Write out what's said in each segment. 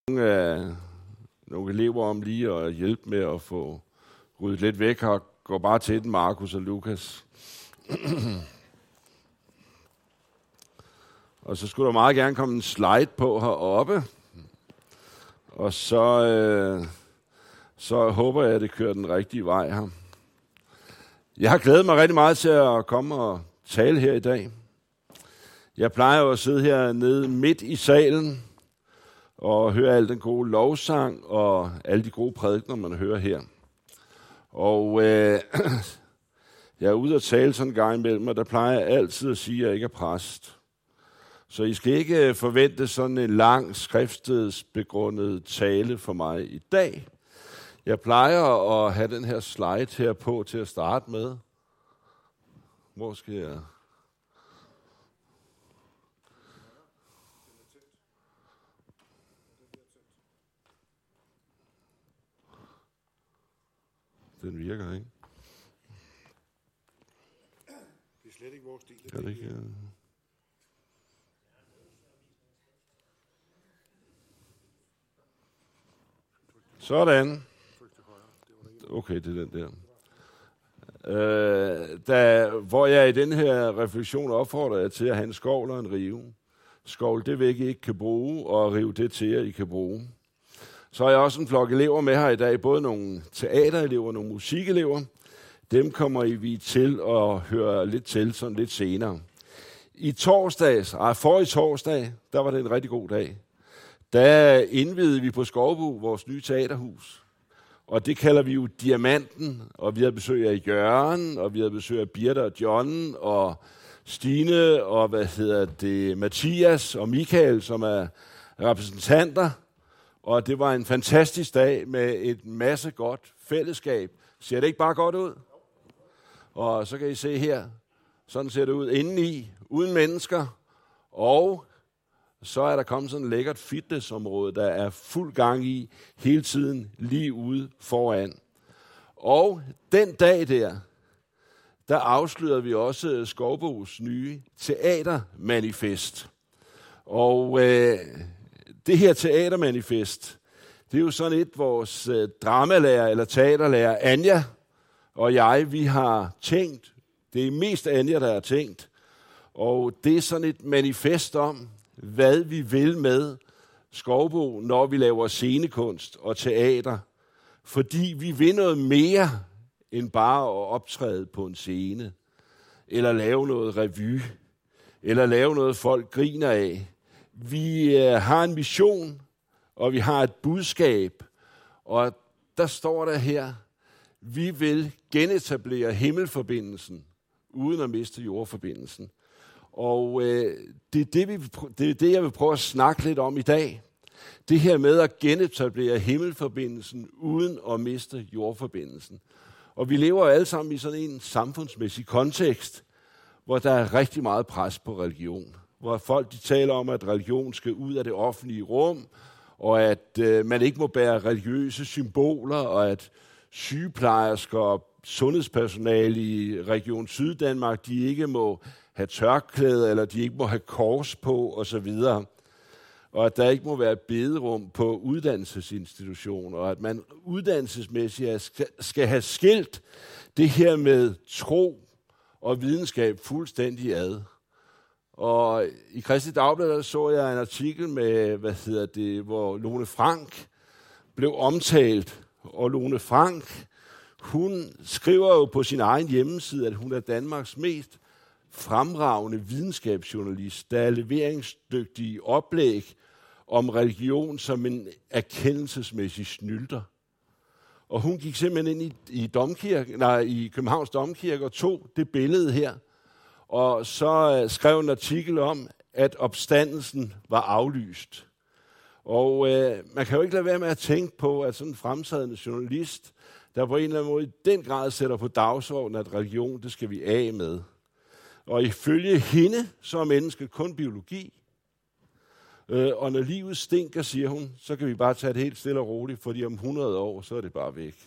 Nogle elever om lige at hjælpe med at få ryddet lidt væk her. Går bare til den, Markus og Lukas. Og så skulle der meget gerne komme en slide på heroppe. Og så håber jeg, at det kører den rigtige vej her. Jeg har glædet mig rigtig meget til at komme og tale her i dag. Jeg plejer jo at sidde hernede midt i salen og høre al den gode lovsang og alle de gode prædikener, man hører her. Og jeg er ude at tale sådan en gang imellem, og der plejer jeg altid at sige, at jeg ikke er præst. Så I skal ikke forvente sådan en lang skriftstedsbegrundet tale for mig i dag. Jeg plejer at have den her slide her på til at starte med. Hvor skal jeg? Den virker, ikke? Det er slet ikke vores stil. Kan det ikke? Ja. Sådan. Okay, det er den der. Hvor jeg i den her refleksion opfordrer jeg til at have en skovl og en rive. Skovl det væk I ikke kan bruge, og rive det til jer I kan bruge. Så har jeg også en flok elever med her i dag, både nogle teaterelever og nogle musikelever. Dem kommer vi til at høre lidt til sådan lidt senere. Forrige torsdag, der var det en rigtig god dag. Der indvidede vi på Skovbo vores nye teaterhus. Og det kalder vi jo Diamanten, og vi havde besøg af Jørgen, og vi havde besøg af Birte og John, og Stine, og Mathias og Michael, som er repræsentanter. Og det var en fantastisk dag med et masse godt fællesskab. Ser det ikke bare godt ud? Og så kan I se her, sådan ser det ud indeni, uden mennesker. Og så er der kommet sådan et lækkert fitnessområde, der er fuld gang i hele tiden lige ude foran. Og den dag der afslørede vi også Skovbos nye teatermanifest. Og det her teatermanifest, det er jo sådan et, vores dramalærer eller teaterlærer Anja og jeg, vi har tænkt. Det er mest Anja, der har tænkt. Og det er sådan et manifest om, hvad vi vil med Skovbo, når vi laver scenekunst og teater. Fordi vi vil noget mere end bare at optræde på en scene, eller lave noget revy, eller lave noget, folk griner af. Vi har en mission, og vi har et budskab, og der står der her, vi vil genetablere himmelforbindelsen, uden at miste jordforbindelsen. Og det er det, jeg vil prøve at snakke lidt om i dag. Det her med at genetablere himmelforbindelsen, uden at miste jordforbindelsen. Og vi lever alle sammen i sådan en samfundsmæssig kontekst, hvor der er rigtig meget pres på religion. Hvor folk de taler om, at religion skal ud af det offentlige rum, og at man ikke må bære religiøse symboler, og at sygeplejersker og sundhedspersonale i Region Syddanmark, de ikke må have tørklæde, eller de ikke må have kors på, osv. Og at der ikke må være bederum på uddannelsesinstitutioner, og at man uddannelsesmæssigt skal have skilt det her med tro og videnskab fuldstændig ad. Og i Kristi Dagblad der så jeg en artikel med, hvor Lone Frank blev omtalt. Og Lone Frank, hun skriver jo på sin egen hjemmeside, at hun er Danmarks mest fremragende videnskabsjournalist, der er leveringsdygtige oplæg om religion som en erkendelsesmæssig snylter. Og hun gik simpelthen ind i Københavns Domkirke og tog det billede her, og så skrev en artikel om, at opstandelsen var aflyst. Og man kan jo ikke lade være med at tænke på, at sådan en fremtrædende journalist, der på en eller anden måde i den grad sætter på dagsordenen, at religion, det skal vi af med. Og ifølge hende, så er mennesket kun biologi. Og når livet stinker, siger hun, så kan vi bare tage det helt stille og roligt, fordi om 100 år, så er det bare væk.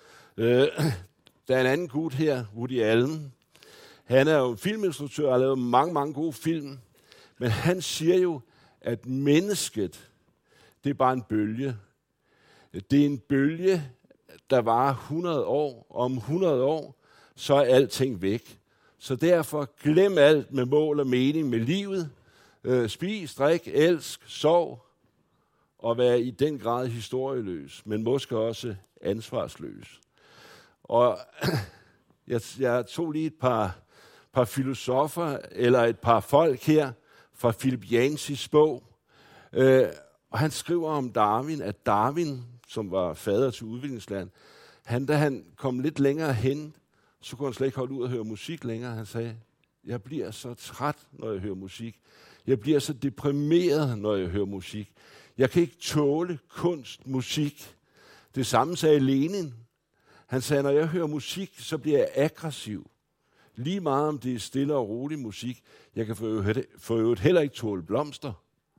Der er en anden gut her, Woody Allen. Han er jo en filminstruktør og har lavet mange, mange gode film. Men han siger jo, at mennesket, det er bare en bølge. Det er en bølge, der varer 100 år, og om 100 år, så er alting væk. Så derfor glem alt med mål og mening med livet. Spis, drik, elsk, sov, og vær i den grad historieløs, men måske også ansvarsløs. Og jeg tog lige et par filosofer, eller et par folk her, fra Philip Yancey's bog. Og han skriver om Darwin, at Darwin, som var fader til udviklingsland, da han kom lidt længere hen, så kunne han slet ikke holde ud at høre musik længere. Han sagde, jeg bliver så træt, når jeg hører musik. Jeg bliver så deprimeret, når jeg hører musik. Jeg kan ikke tåle kunst, musik. Det samme sagde Lenin. Han sagde, når jeg hører musik, så bliver jeg aggressiv. Lige meget om det er stille og rolig musik. Jeg kan for øvrigt heller ikke tåle blomster.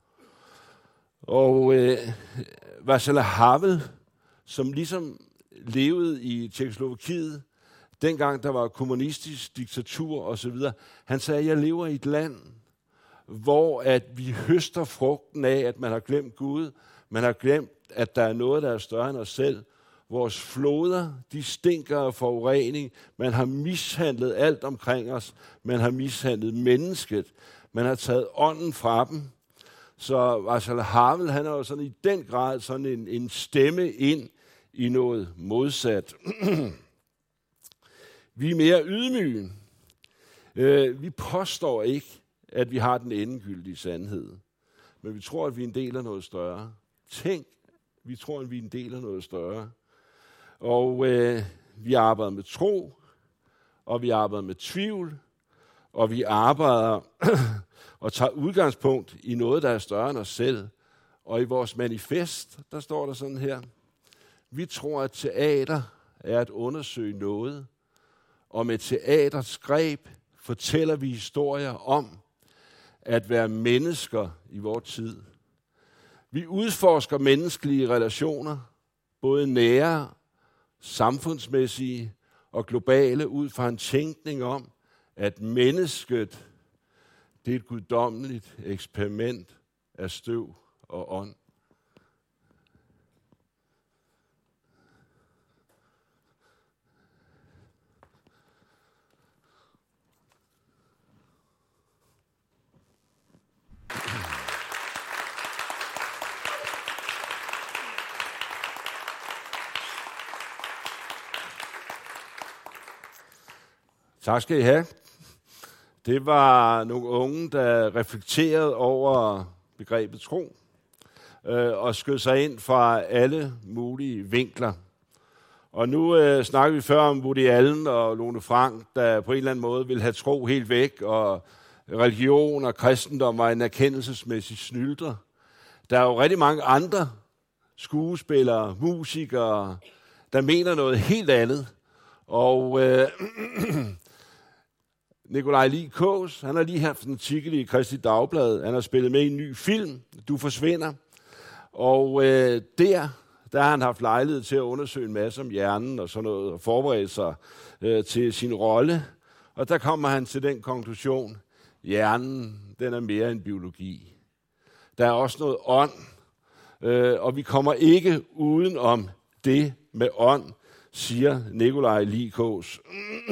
Og Václav Havel, som ligesom levede i Tjekkoslovakiet, dengang der var kommunistisk diktatur osv., han sagde, jeg lever i et land, hvor at vi høster frugten af, at man har glemt Gud, man har glemt, at der er noget, der er større end os selv. Vores floder, de stinker af forurening. Man har mishandlet alt omkring os. Man har mishandlet mennesket. Man har taget ånden fra dem. Så Václav Havel, han er jo sådan i den grad sådan en stemme ind i noget modsat. Vi er mere ydmyge. Vi påstår ikke, at vi har den endegyldige sandhed. Men vi tror, at vi er en del af noget større. Tænk, vi tror, at vi er en del af noget større. Og vi arbejder med tro, og vi arbejder med tvivl, og vi arbejder og tager udgangspunkt i noget, der er større end os selv. Og i vores manifest, der står der sådan her, vi tror, at teater er at undersøge noget, og med teaterets greb fortæller vi historier om at være mennesker i vores tid. Vi udforsker menneskelige relationer, både nære, samfundsmæssige og globale, ud fra en tænkning om, at mennesket, det er et guddommeligt eksperiment af støv og ånd. Tak skal I have. Det var nogle unge, der reflekterede over begrebet tro, og skød sig ind fra alle mulige vinkler. Og nu snakker vi før om Woody Allen og Lone Frank, der på en eller anden måde vil have tro helt væk, og religion og kristendom var en erkendelsesmæssig snylter. Der er jo rigtig mange andre skuespillere, musikere, der mener noget helt andet. Og Nikolaj Lie Kaas, han har lige haft en artikel i Kristi Dagblad. Han har spillet med i en ny film, Du forsvinder. Og der har han haft lejlighed til at undersøge en masse om hjernen og sådan noget, og forberede sig til sin rolle. Og der kommer han til den konklusion, hjernen, den er mere end biologi. Der er også noget ånd, og vi kommer ikke uden om det med ånd, siger Nikolaj Lie Kaas.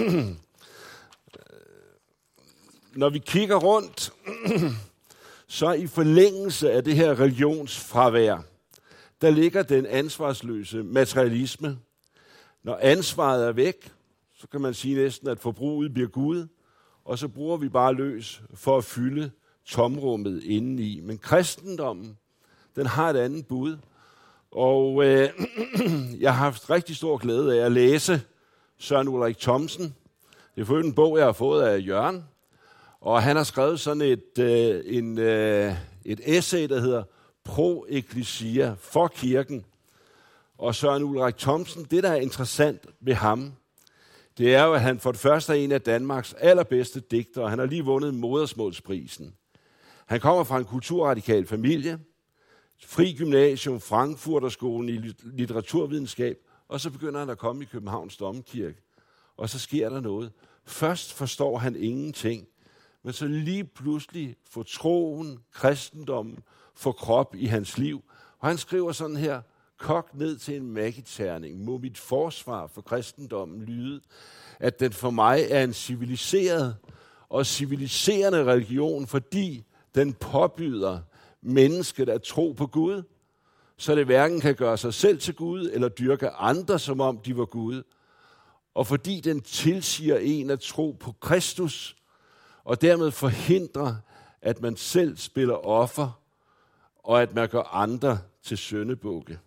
Når vi kigger rundt, så i forlængelse af det her religionsfravær, der ligger den ansvarsløse materialisme. Når ansvaret er væk, så kan man sige næsten, at forbruget bliver Gud, og så bruger vi bare løs for at fylde tomrummet indeni. Men kristendommen, den har et andet bud, og jeg har haft rigtig stor glæde af at læse Søren Ulrik Thomsen. Det er for en bog, jeg har fået af Jørgen, og han har skrevet sådan et essay, der hedder Pro Ecclesia, for kirken. Og Søren Ulrik Thomsen, det der er interessant ved ham, det er jo, at han for det første er en af Danmarks allerbedste digtere. Han har lige vundet Modersmålsprisen. Han kommer fra en kulturradikal familie, Fri Gymnasium, Frankfurterskolen i litteraturvidenskab, og så begynder han at komme i Københavns Domkirke. Og så sker der noget. Først forstår han ingenting, men så lige pludselig får troen, kristendommen, får krop i hans liv, Og han skriver sådan her: kogt ned til en magiterning, må mit forsvar for kristendommen lyde, at den for mig er en civiliseret og civiliserende religion, fordi den påbyder mennesket at tro på Gud, så det hverken kan gøre sig selv til Gud eller dyrke andre, som om de var Gud, og fordi den tilsiger en at tro på Kristus, og dermed forhindrer, at man selv spiller offer, og at man gør andre til syndebukke.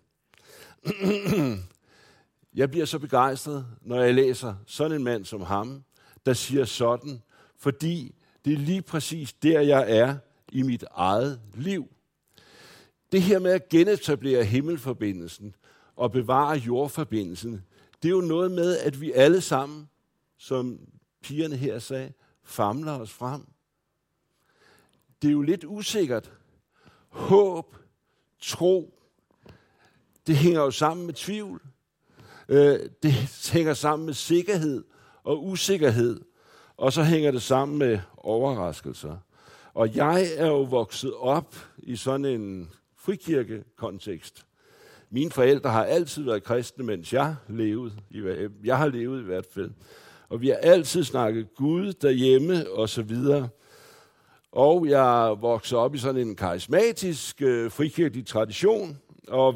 Jeg bliver så begejstret, når jeg læser sådan en mand som ham, der siger sådan, fordi det er lige præcis der, jeg er i mit eget liv. Det her med at genetablere himmelforbindelsen og bevare jordforbindelsen, det er jo noget med, at vi alle sammen, som pigerne her sagde, famler os frem. Det er jo lidt usikkert. Håb, tro, det hænger jo sammen med tvivl. Det hænger sammen med sikkerhed og usikkerhed. Og så hænger det sammen med overraskelser. Og jeg er jo vokset op i sådan en frikirkekontekst. Mine forældre har altid været kristne, mens jeg har levet i hvert fald. Og vi har altid snakket Gud derhjemme og så videre. Og jeg voksede op i sådan en karismatisk frikirkelig tradition. Og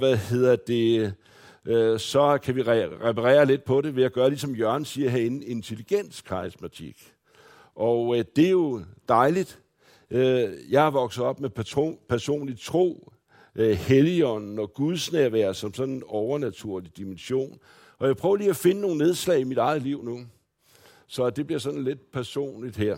så kan vi reparere lidt på det ved at gøre, ligesom Jørgen siger herinde, intelligenskarismatik. Og det er jo dejligt. Jeg har vokset op med personlig tro, Helligånden og Guds nærvær som sådan en overnaturlig dimension. Og jeg prøver lige at finde nogle nedslag i mit eget liv nu. Så det bliver sådan lidt personligt her.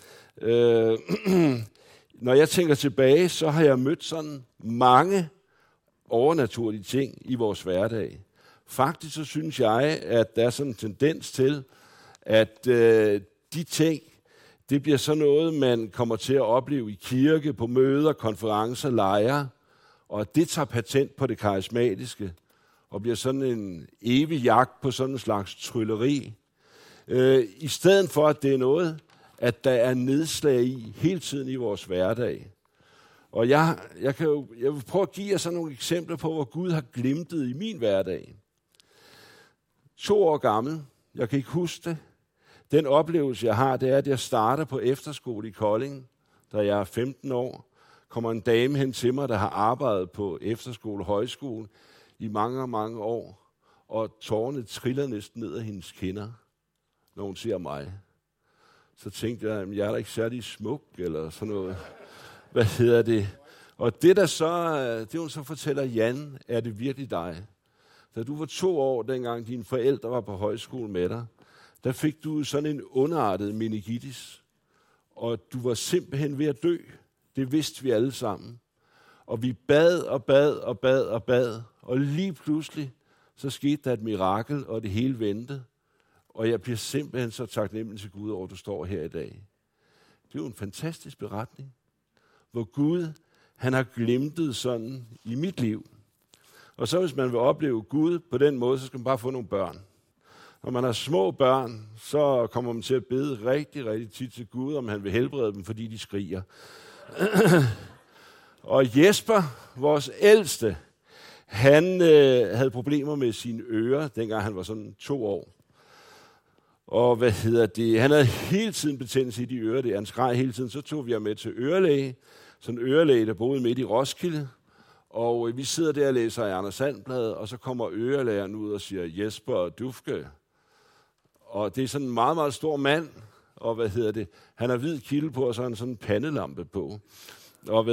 Når jeg tænker tilbage, så har jeg mødt sådan mange overnaturlige ting i vores hverdag. Faktisk så synes jeg, at der er sådan en tendens til, at de ting, det bliver sådan noget, man kommer til at opleve i kirke, på møder, konferencer, lejre, og det tager patent på det karismatiske, og bliver sådan en evig jagt på sådan en slags trylleri. I stedet for, at det er noget, at der er nedslag i hele tiden i vores hverdag. Og jeg vil prøve at give jer sådan nogle eksempler på, hvor Gud har glimtet i min hverdag. 2 år gammel, jeg kan ikke huske det. Den oplevelse, jeg har, det er, at jeg starter på efterskole i Kolding, da jeg er 15 år. Kommer en dame hen til mig, der har arbejdet på efterskole og højskole i mange, mange år. Og tårerne triller næsten ned af hendes kinder, når hun ser mig. Så tænkte jeg, at jeg er da ikke særlig smuk, eller sådan noget. Og det hun så fortæller, Jan, er det virkelig dig? Da du var 2 år, dengang dine forældre var på højskole med dig, der fik du sådan en underartet meningitis, og du var simpelthen ved at dø. Det vidste vi alle sammen. Og vi bad og bad og bad og bad, og lige pludselig, så skete der et mirakel, og det hele vendte. Og jeg bliver simpelthen så taknemmelig til Gud over, at du står her i dag. Det er jo en fantastisk beretning, hvor Gud, han har glimtet sådan i mit liv. Og så hvis man vil opleve Gud på den måde, så skal man bare få nogle børn. Når man har små børn, så kommer man til at bede rigtig, rigtig tit til Gud, om han vil helbrede dem, fordi de skriger. Og Jesper, vores ældste, han havde problemer med sine ører, dengang han var sådan 2 år. Og han havde hele tiden betændelse i de ører, det han skreg hele tiden. Så tog vi ham med til ørelæge, sådan en ørelæge, der boede midt i Roskilde. Og vi sidder der og læser i Anders Sandbladet, og så kommer ørelægeren ud og siger, Jesper Dufke. Og det er sådan en meget, meget stor mand, og han har hvid kilde på, og så har han sådan en pandelampe på. Og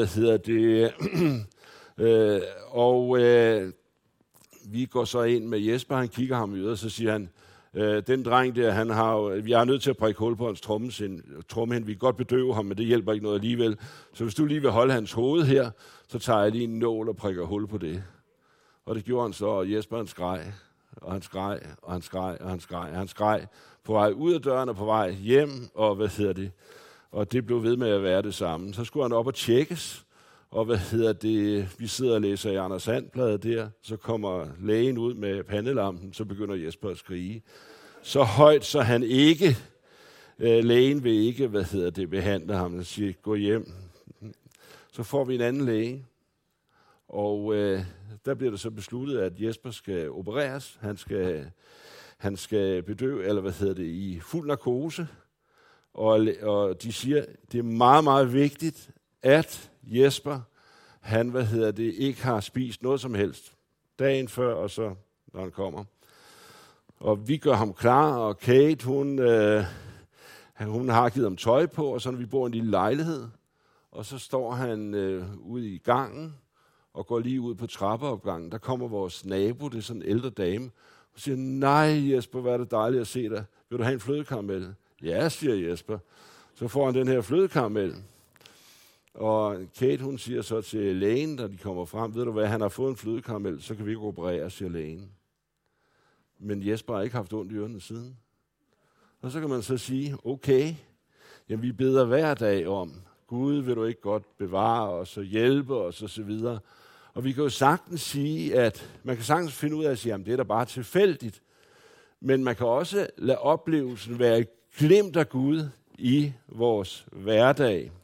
vi går så ind med Jesper, han kigger ham i øret, og så siger han, den dreng der, vi er nødt til at prikke hul på hans trommehinde. Vi kan godt bedøve ham, men det hjælper ikke noget alligevel. Så hvis du lige vil holde hans hoved her, så tager jeg lige en nål og prikker hul på det. Og det gjorde han så, og Jesper han skreg, og han skreg, og han skreg, og han skreg, og han skreg på vej ud af døren og på vej hjem, og og det blev ved med at være det samme. Så skulle han op og tjekkes, og vi sidder og læser i Anders Sandbladet der, så kommer lægen ud med pandelampen, så begynder Jesper at skrige. Så højt, så han ikke, lægen vil ikke, behandle ham, og siger, gå hjem. Så får vi en anden læge, Og der bliver det så besluttet, at Jesper skal opereres. Han skal bedøve, eller i fuld narkose. Og de siger, det er meget, meget vigtigt, at Jesper, han ikke har spist noget som helst. Dagen før, og så når han kommer. Og vi gør ham klar, og Kate, hun har givet ham tøj på, og så når vi bor i en lille lejlighed. Og så står han ude i gangen, og går lige ud på trappeopgangen. Der kommer vores nabo, det er sådan en ældre dame, og siger, nej Jesper, hvor er det dejligt at se dig. Vil du have en flødekaramel? Ja, siger Jesper. Så får han den her flødekaramel. Og Kate, hun siger så til lægen, da de kommer frem, ved du hvad, han har fået en flødekaramel, så kan vi ikke operere, siger lægen. Men Jesper har ikke haft ondt i ørerne siden. Og så kan man så sige, okay, jamen vi beder hver dag om, Gud vil du ikke godt bevare os og hjælpe os og så videre. Og vi kan jo sagtens sige, at man kan sagtens finde ud af at sige, jamen det er da bare tilfældigt. Men man kan også lade oplevelsen være et glimt af Gud i vores hverdag.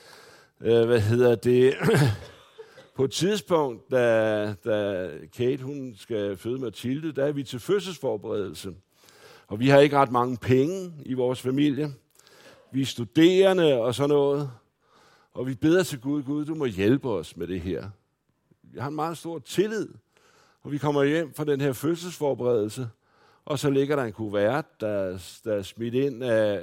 På et tidspunkt, da Kate hun skal føde Mathilde, der er vi til fødselsforberedelse. Og vi har ikke ret mange penge i vores familie. Vi er studerende og sådan noget. Og vi beder til Gud, Gud, du må hjælpe os med det her. Jeg har en meget stor tillid. Og vi kommer hjem fra den her fødselsforberedelse, og så ligger der en kuvert, der er smidt ind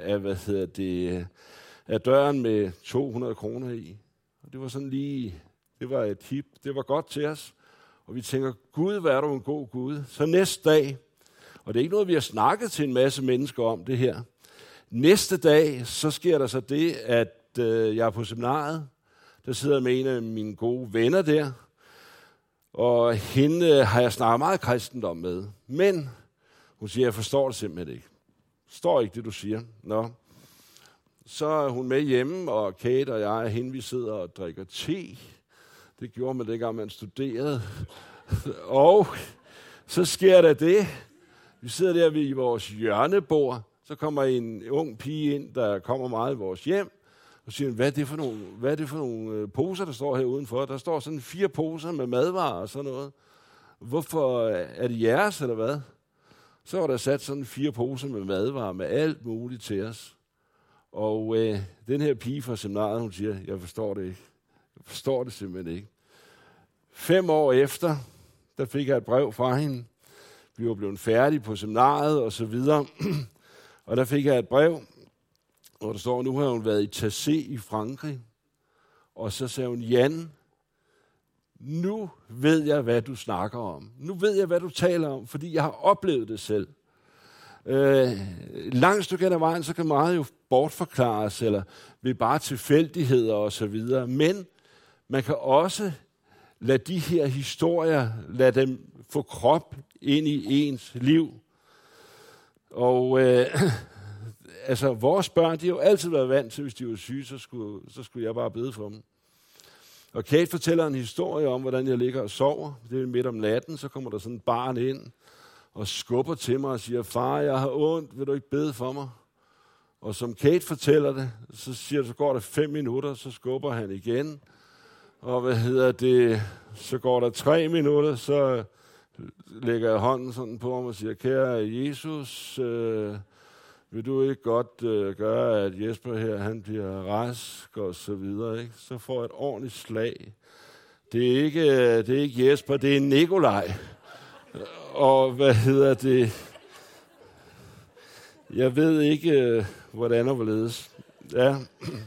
af døren med 200 kroner i. Og det var sådan lige, det var et hip, det var godt til os. Og vi tænker, Gud, hvad er du en god Gud. Så næste dag, og det er ikke noget, vi har snakket til en masse mennesker om det her. Næste dag, så sker der så det, at jeg er på seminariet. Der sidder med en af mine gode venner der. Og hende har jeg snakket meget kristendom med. Men hun siger, jeg forstår det simpelthen ikke. Forstår ikke det, du siger. Nå. Så er hun med hjemme, og Kate og jeg og hende, vi sidder og drikker te. Det gjorde man dengang, man studerede. Og så sker der det. Vi sidder der ved vores hjørnebord. Så kommer en ung pige ind, der kommer meget i vores hjem. Og siger, hvad er det for nogle poser, der står her udenfor? Der står sådan 4 poser med madvarer og sådan noget. Hvorfor er det jeres, eller hvad? Så var der sat sådan 4 poser med madvarer med alt muligt til os. Og den her pige fra seminariet, hun siger, jeg forstår det ikke. Jeg forstår det simpelthen ikke. 5 år efter, der fik jeg et brev fra hende. Vi var blevet færdige på seminariet og så videre. Og der fik jeg et brev, hvor der står, nu har hun været i Tassé i Frankrig. Og så sagde hun, Jan, nu ved jeg, hvad du snakker om. Nu ved jeg, hvad du taler om, fordi jeg har oplevet det selv. Langt stykke hen ad vejen, så kan meget jo bortforklares, eller ved bare tilfældigheder og så videre. Men man kan også lade de her historier, lade dem få krop ind i ens liv. Og vores børn, de har jo altid været vant til, hvis de var syge, så skulle jeg bare bede for dem. Og Kate fortæller en historie om, hvordan jeg ligger og sover. Det er midt om natten, så kommer der sådan et barn ind og skubber til mig og siger, far, jeg har ondt, vil du ikke bede for mig? Og som Kate fortæller det, så går der 5 minutter, så skubber han igen. Og så går der 3 minutter, så lægger jeg hånden sådan på ham og siger, kære Jesus, vil du ikke godt gøre, at Jesper her, han bliver rask og så videre, ikke? Så får jeg et ordentligt slag. Det er ikke Jesper, det er Nikolaj. Og jeg ved ikke, hvordan og hvorledes. Ja.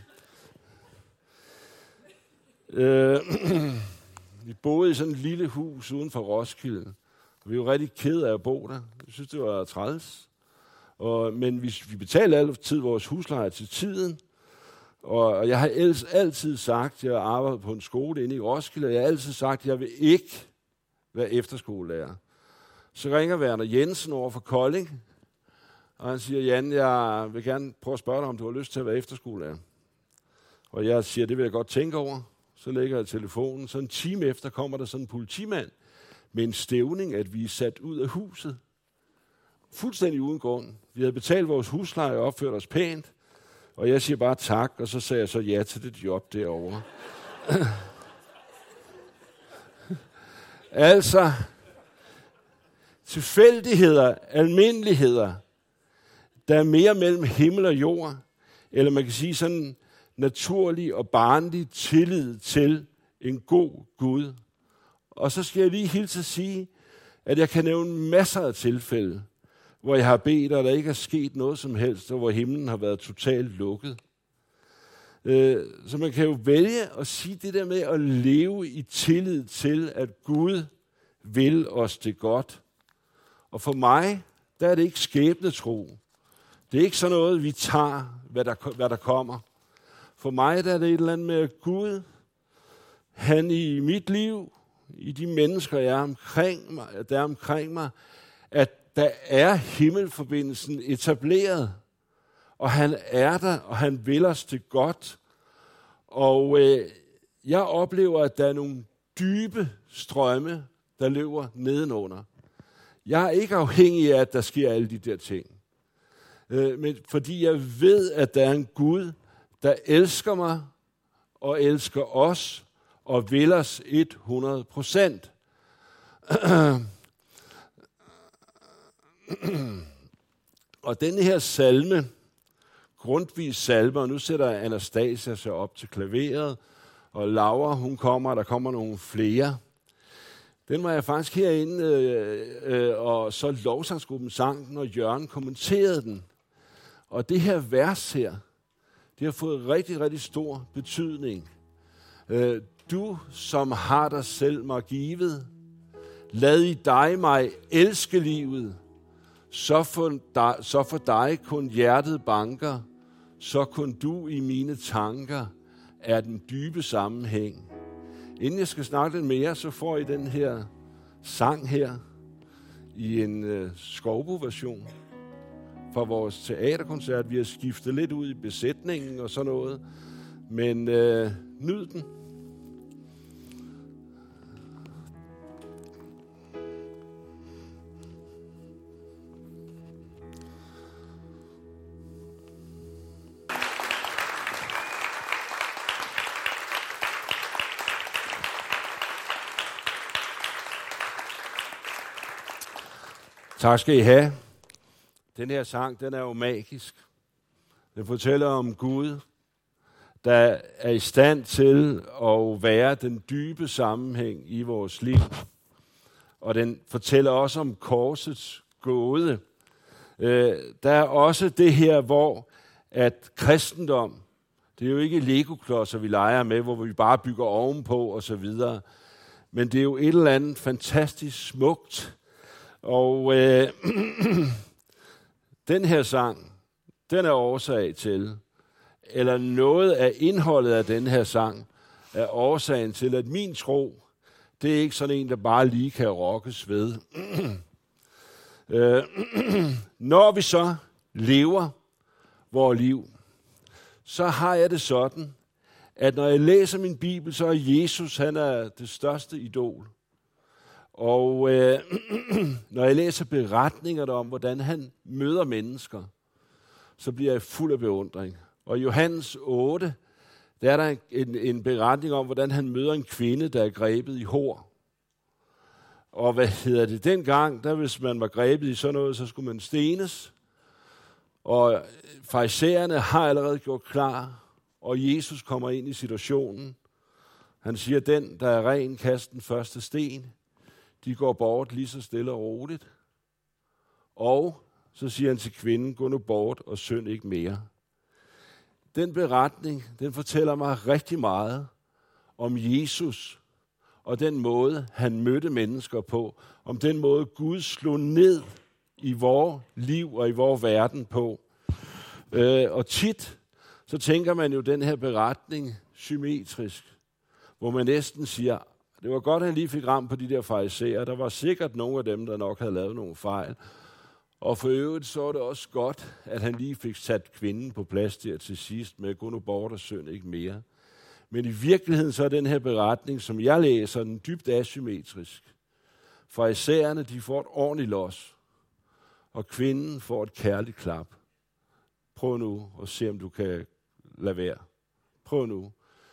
Vi boede i sådan et lille hus uden for Roskilde. Vi var rigtig ked af at bo der. Jeg synes, det var træls. Men vi betalte altid vores husleje til tiden. Og jeg har altid sagt, jeg har arbejdet på en skole inde i Roskilde, og jeg har altid sagt, jeg vil ikke være efterskolelærer. Så ringer Werner Jensen over for Kolding, og han siger, Jan, jeg vil gerne prøve at spørge dig, om du har lyst til at være efterskolelærer. Og jeg siger, det vil jeg godt tænke over. Så lægger jeg telefonen. Så en time efter kommer der sådan en politimand med en stævning, at vi er sat ud af huset. Fuldstændig uden grund. Vi havde betalt vores husleje og opført os pænt. Og jeg siger bare tak, og så sagde jeg så ja til det job derovre. Altså, tilfældigheder, almindeligheder, der er mere mellem himmel og jord, eller man kan sige sådan naturlig og barnlig tillid til en god Gud. Og så skal jeg lige hilse at sige, at jeg kan nævne masser af tilfælde, hvor jeg har bedt, og der ikke er sket noget som helst, og hvor himlen har været totalt lukket. Så man kan jo vælge at sige det der med at leve i tillid til, at Gud vil os det godt. Og for mig, der er det ikke skæbnetro. Det er ikke sådan noget, vi tager, hvad der kommer. For mig, der er det et eller andet med, at Gud, han i mit liv, i de mennesker, der er omkring mig, at der er himmelforbindelsen etableret. Og han er der, og han vil os det godt. Og jeg oplever, at der er nogle dybe strømme, der løber nedenunder. Jeg er ikke afhængig af, at der sker alle de der ting. Men fordi jeg ved, at der er en Gud, der elsker mig og elsker os og vil os 100%. Og denne her salme, Grundtvigs salme, og nu sætter Anastasia sig op til klaveret, og Laura, hun kommer, og der kommer nogle flere. Den var jeg faktisk herinde, og så lovsangsgruppen sang den, og Jørgen kommenterede den. Og det her vers her, det har fået rigtig, rigtig stor betydning. Du, som har dig selv mig givet, lad i dig mig elske livet, så for dig kun hjertet banker, så kun du i mine tanker er den dybe sammenhæng. Inden jeg skal snakke lidt mere, så får I den her sang her i en Skovbo-version fra vores teaterkoncert. Vi har skiftet lidt ud i besætningen og sådan noget, men nyd den. Tak skal I have. Den her sang, den er jo magisk. Den fortæller om Gud, der er i stand til at være den dybe sammenhæng i vores liv. Og den fortæller også om korsets gåde. Der er også det her, hvor at kristendom, det er jo ikke Lego-klodser, vi leger med, hvor vi bare bygger ovenpå og så videre. Men det er jo et eller andet fantastisk smukt. Og den her sang, den er årsag til, eller noget af indholdet af den her sang, er årsagen til, at min tro, det er ikke sådan en, der bare lige kan rokkes ved. Når vi så lever vores liv, så har jeg det sådan, at når jeg læser min bibel, så er Jesus, han er det største idol. Og når jeg læser beretninger om, hvordan han møder mennesker, så bliver jeg fuld af beundring. Og i Johannes 8, der er der en beretning om, hvordan han møder en kvinde, der er grebet i hor. Og dengang, der hvis man var grebet i sådan noget, så skulle man stenes. Og farisæerne har allerede gjort klar, og Jesus kommer ind i situationen. Han siger, den, der er ren, kast den første sten. De går bort lige så stille og roligt. Og så siger han til kvinden, gå nu bort og synd ikke mere. Den beretning, den fortæller mig rigtig meget om Jesus og den måde, han mødte mennesker på. Om den måde, Gud slog ned i vores liv og i vores verden på. Og tit, så tænker man jo den her beretning symmetrisk, hvor man næsten siger, det var godt, at han lige fik ramt på de der farisæer. Der var sikkert nogle af dem, der nok havde lavet nogle fejl. Og for øvrigt så var det også godt, at han lige fik sat kvinden på plads der til sidst med, gå nu bort og synd ikke mere. Men i virkeligheden så er den her beretning, som jeg læser, den dybt asymmetrisk. Farisæerne, de får et ordentligt los, og kvinden får et kærligt klap. Prøv nu at se, om du kan lade være. Prøv nu.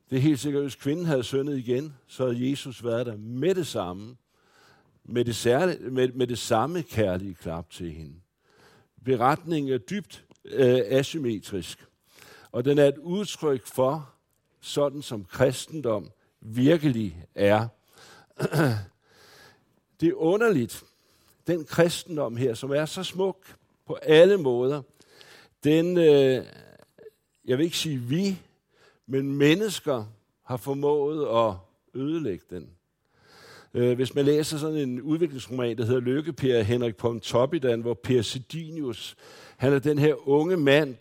Det er helt sikkert, hvis kvinden havde syndet igen, så havde Jesus været der med det samme, med det samme kærlige klap til hende. Beretningen er dybt asymmetrisk, og den er et udtryk for, sådan som kristendom virkelig er. Det er underligt, den kristendom her, som er så smuk på alle måder, den, jeg vil ikke sige vi, men mennesker har formået at ødelægge den. Hvis man læser sådan en udviklingsroman, der hedder Lykke-Per af Henrik Pontoppidan, hvor Per Sidinius, han er den her unge mand,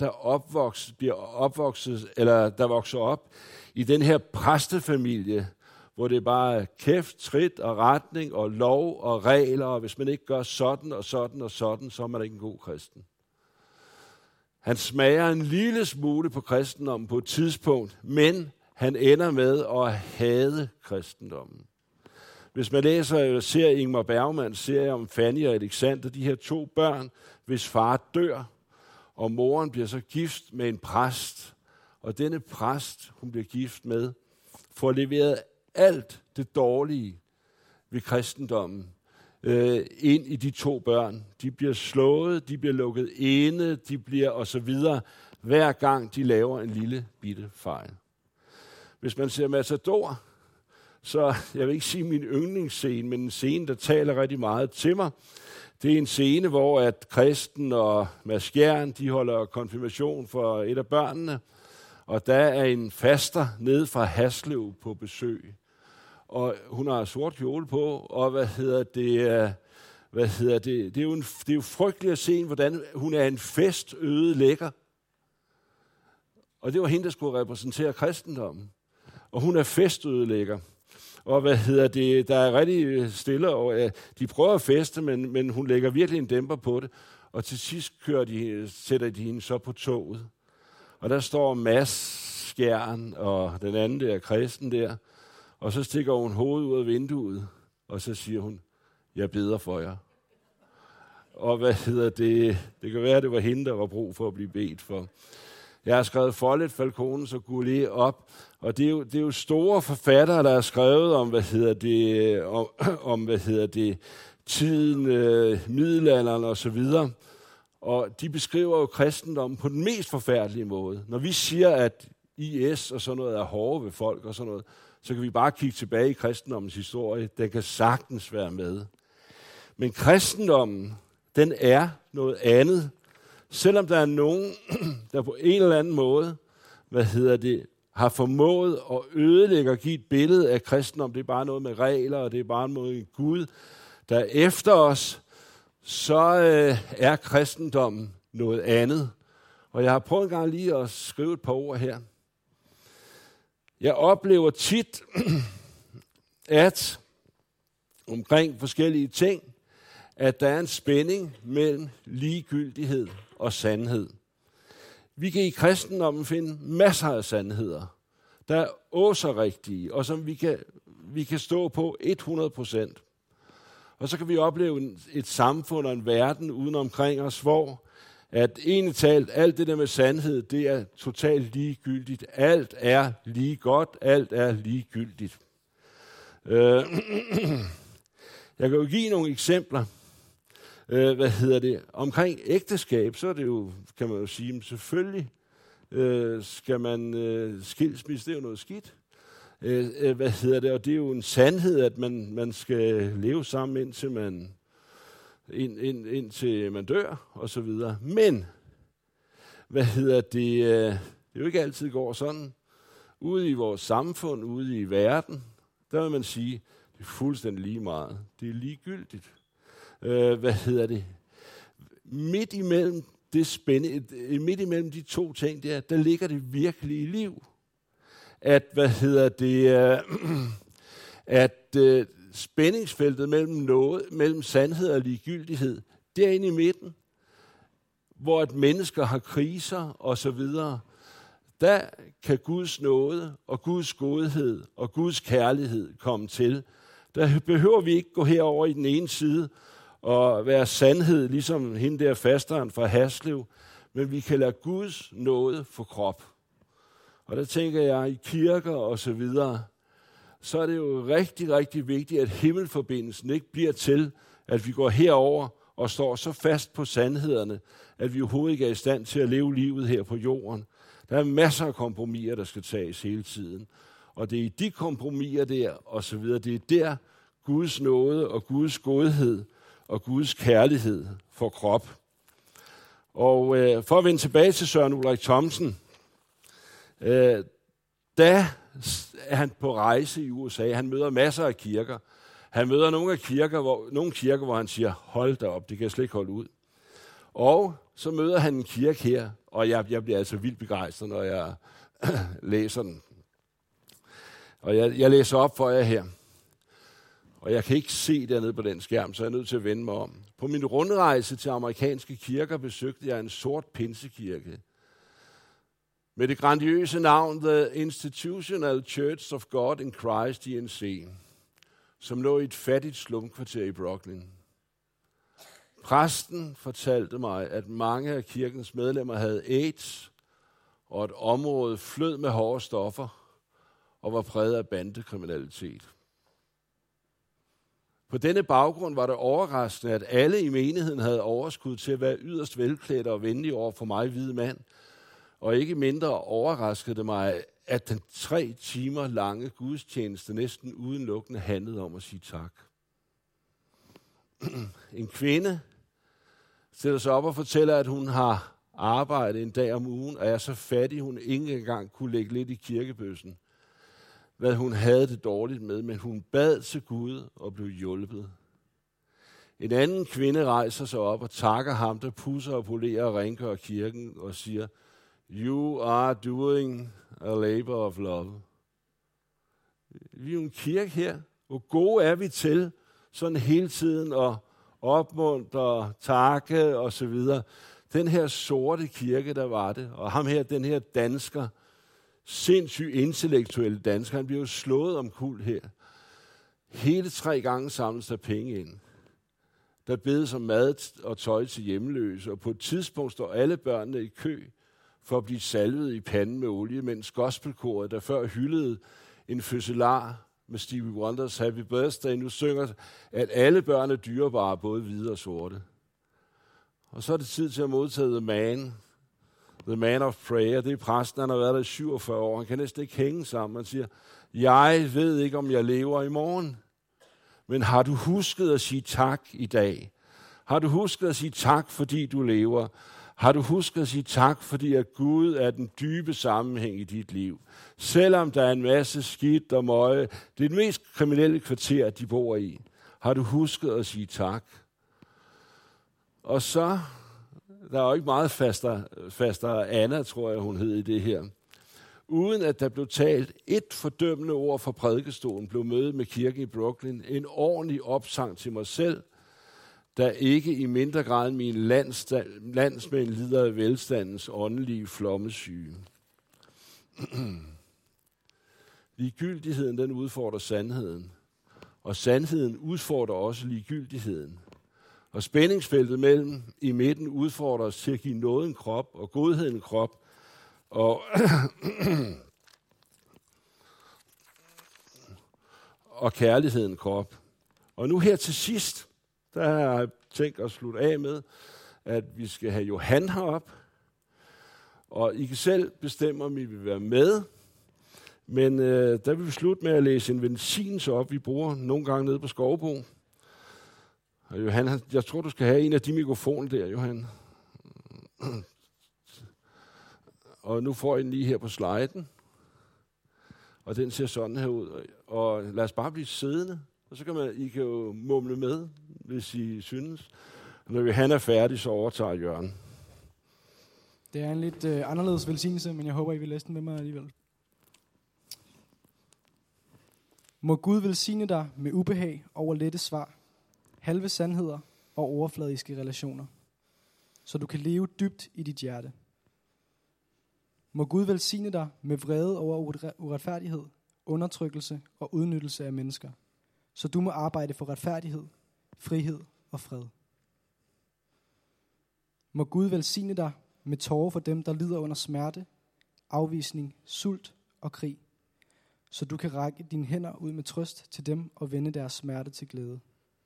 der vokser op i den her præstefamilie, hvor det bare er kæft, trit og retning og lov og regler, og hvis man ikke gør sådan og sådan og sådan, så er man ikke en god kristen. Han smager en lille smule på kristendommen på et tidspunkt, men han ender med at hade kristendommen. Hvis man læser eller ser Ingmar Bergmans serie om Fanny og Alexander, de her 2 børn, hvis far dør, og moren bliver så gift med en præst, og denne præst, hun bliver gift med, får leveret alt det dårlige ved kristendommen ind i de 2 børn. De bliver slået, de bliver lukket inde, de bliver osv., hver gang de laver en lille bitte fejl. Hvis man ser Matador, så jeg vil ikke sige min yndlingsscene, men en scene, der taler rigtig meget til mig. Det er en scene, hvor at Kristen og Mads Skjern, de holder konfirmation for et af børnene, og der er en faster nede fra Haslev på besøg. Og hun har sort kjole på, og det er jo frygteligt at se, hvordan hun er en festøde lækker. Og det var hende, der skulle repræsentere kristendommen. Og hun er festødelægger. Og der er rigtig stille, og de prøver at feste, men hun lægger virkelig en dæmper på det. Og til sidst sætter de hende så på toget. Og der står Mads Skjern, og den anden der, Kristen der. Og så stikker hun hovedet ud af vinduet, og så siger hun, jeg beder for jer. Og det kan være, det var hende, der var brug for at blive bedt for. Jeg har skrevet Follet, Falcones og Goulet op, og det er jo store forfattere, der har skrevet om tiden, middelalderen og så videre. Og de beskriver jo kristendommen på den mest forfærdelige måde. Når vi siger, at IS og sådan noget er hårde ved folk og sådan noget, så kan vi bare kigge tilbage i kristendommens historie. Den kan sagtens være med. Men kristendommen, den er noget andet. Selvom der er nogen, der på en eller anden måde, har formået at ødelægge og give et billede af kristendom, det er bare noget med regler, og det er bare noget med Gud, der er efter os, så er kristendommen noget andet. Og jeg har prøvet en gang lige at skrive et par ord her. Jeg oplever tit, at omkring forskellige ting, at der er en spænding mellem ligegyldighed og sandhed. Vi kan i kristendommen finde masser af sandheder, der er også rigtige, og som vi kan stå på 100%. Og så kan vi opleve et samfund og en verden uden omkring os, hvor at egentlig talt, alt det der med sandhed, det er totalt ligegyldigt. Alt er lige godt, alt er ligegyldigt. Jeg kan jo give nogle eksempler. Omkring ægteskab, så er det jo, kan man jo sige, selvfølgelig skal man skilsmisse, det er jo noget skidt. Og det er jo en sandhed, at man skal leve sammen indtil man dør, og så videre. Men, det er jo ikke altid går sådan. Ude i vores samfund, ude i verden, der vil man sige, det er fuldstændig lige meget. Det er ligegyldigt. Midt imellem de 2 ting der ligger det virkelige liv. At spændingsfeltet mellem sandhed og ligegyldighed, det er inde i midten, hvor et mennesker har kriser og så videre. Der kan Guds nåde og Guds godhed og Guds kærlighed komme til. Der behøver vi ikke gå herover i den ene side og være sandhed, ligesom hende der fasteren fra Haslev, men vi kan lade Guds nåde få krop. Og der tænker jeg, i kirker og så videre, så er det jo rigtig, rigtig vigtigt, at himmelforbindelsen ikke bliver til, at vi går herover og står så fast på sandhederne, at vi overhovedet ikke er i stand til at leve livet her på jorden. Der er masser af kompromiser, der skal tages hele tiden. Og det er i de kompromiser der, og så videre, det er der Guds nåde og Guds godhed og Guds kærlighed får krop. Og for at vende tilbage til Søren Ulrik Thomsen, da er han på rejse i USA. Han møder masser af kirker. Han møder nogle kirker, hvor han siger, hold da op, det kan jeg slet ikke holde ud. Og så møder han en kirke her, og jeg bliver altså vildt begejstret, når jeg læser den. Og jeg læser op for jer her. Og jeg kan ikke se dernede på den skærm, så jeg er nødt til at vende mig om. På min rundrejse til amerikanske kirker besøgte jeg en sort pinsekirke med det grandiøse navn The Institutional Church of God in Christ, INC, som lå i et fattigt slumkvarter i Brooklyn. Præsten fortalte mig, at mange af kirkens medlemmer havde AIDS, og at området flød med hårde stoffer og var præget af bandekriminalitet. På denne baggrund var det overraskende, at alle i menigheden havde overskud til at være yderst velklædte og venlige over for mig, hvide mand. Og ikke mindre overraskede det mig, at den 3 timer lange gudstjeneste næsten udelukkende handlede om at sige tak. En kvinde stiller sig op og fortæller, at hun har arbejdet en dag om ugen, og er så fattig, hun ikke engang kunne lægge lidt i kirkebøssen, hvad hun havde det dårligt med, men hun bad til Gud og blev hjulpet. En anden kvinde rejser sig op og takker ham, der pusser og polerer og rengør kirken og siger, you are doing a labor of love. Vi er jo en kirke her. Hvor gode er vi til sådan hele tiden at opmuntre, takke og så videre. Den her sorte kirke, der var det, og ham her, den her dansker, sindssygt intellektuelle dansker, han bliver jo slået omkuld her. Hele 3 gange samles der penge ind. Der bedes om mad og tøj til hjemløse, og på et tidspunkt står alle børnene i kø for at blive salvet i panden med olie, mens gospelkoret, der før hyldede en fødselar med Stevie Wonders Happy Birthday, nu synger, at alle børn er dyrebare, både hvide og sorte. Og så er det tid til at modtage The Man of Prayer. Det er præsten, han har været der i 47 år. Han kan næsten ikke hænge sammen. Han siger, jeg ved ikke, om jeg lever i morgen. Men har du husket at sige tak i dag? Har du husket at sige tak, fordi du lever? Har du husket at sige tak, fordi at Gud er den dybe sammenhæng i dit liv? Selvom der er en masse skidt og møje, det er det mest kriminelle kvarter, de bor i. Har du husket at sige tak? Og så, der er jo ikke meget faster Anna, tror jeg, hun hed i det her. Uden at der blev talt et fordømmende ord fra prædikestolen, blev mødet med kirken i Brooklyn en ordentlig opsang til mig selv, der ikke i mindre grad end mine landsmænd lider af velstandens åndelige flommesyge. Ligegyldigheden, den udfordrer sandheden. Og sandheden udfordrer også ligegyldigheden. Og spændingsfeltet mellem i midten udfordrer os til at give nåden krop og godheden krop. Og kærligheden krop. Og nu her til sidst, der har jeg tænkt at slutte af med, at vi skal have Johan herop. Og I kan selv bestemme, om I vil være med. Men der vil vi slutte med at læse en velsignelse op, vi bruger nogle gange nede på Skovbo. Og Johan, jeg tror, du skal have en af de mikrofoner der, Johan. Og nu får I den lige her på sliden. Og den ser sådan her ud. Og lad os bare blive siddende. Og så kan I kan jo mumle med, hvis I synes. Når Johan er færdig, så overtager Jørgen. Det er en lidt anderledes velsignelse, men jeg håber, I vil læse den med mig alligevel. Må Gud velsigne dig med ubehag over lette svar, halve sandheder og overfladiske relationer, så du kan leve dybt i dit hjerte. Må Gud velsigne dig med vrede over uretfærdighed, undertrykkelse og udnyttelse af mennesker, så du må arbejde for retfærdighed, frihed og fred. Må Gud velsigne dig med tårer for dem, der lider under smerte, afvisning, sult og krig, så du kan række dine hænder ud med trøst til dem og vende deres smerte til glæde.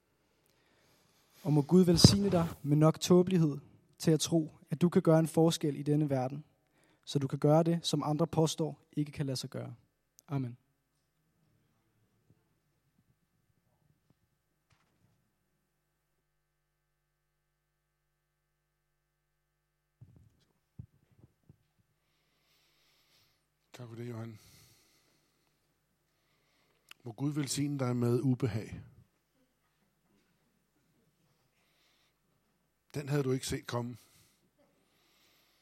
Og må Gud velsigne dig med nok tåbelighed til at tro, at du kan gøre en forskel i denne verden, så du kan gøre det, som andre påstår ikke kan lade sig gøre. Amen. Tak for det, Johan. Må Gud velsigne dig med ubehag. Den havde du ikke set komme.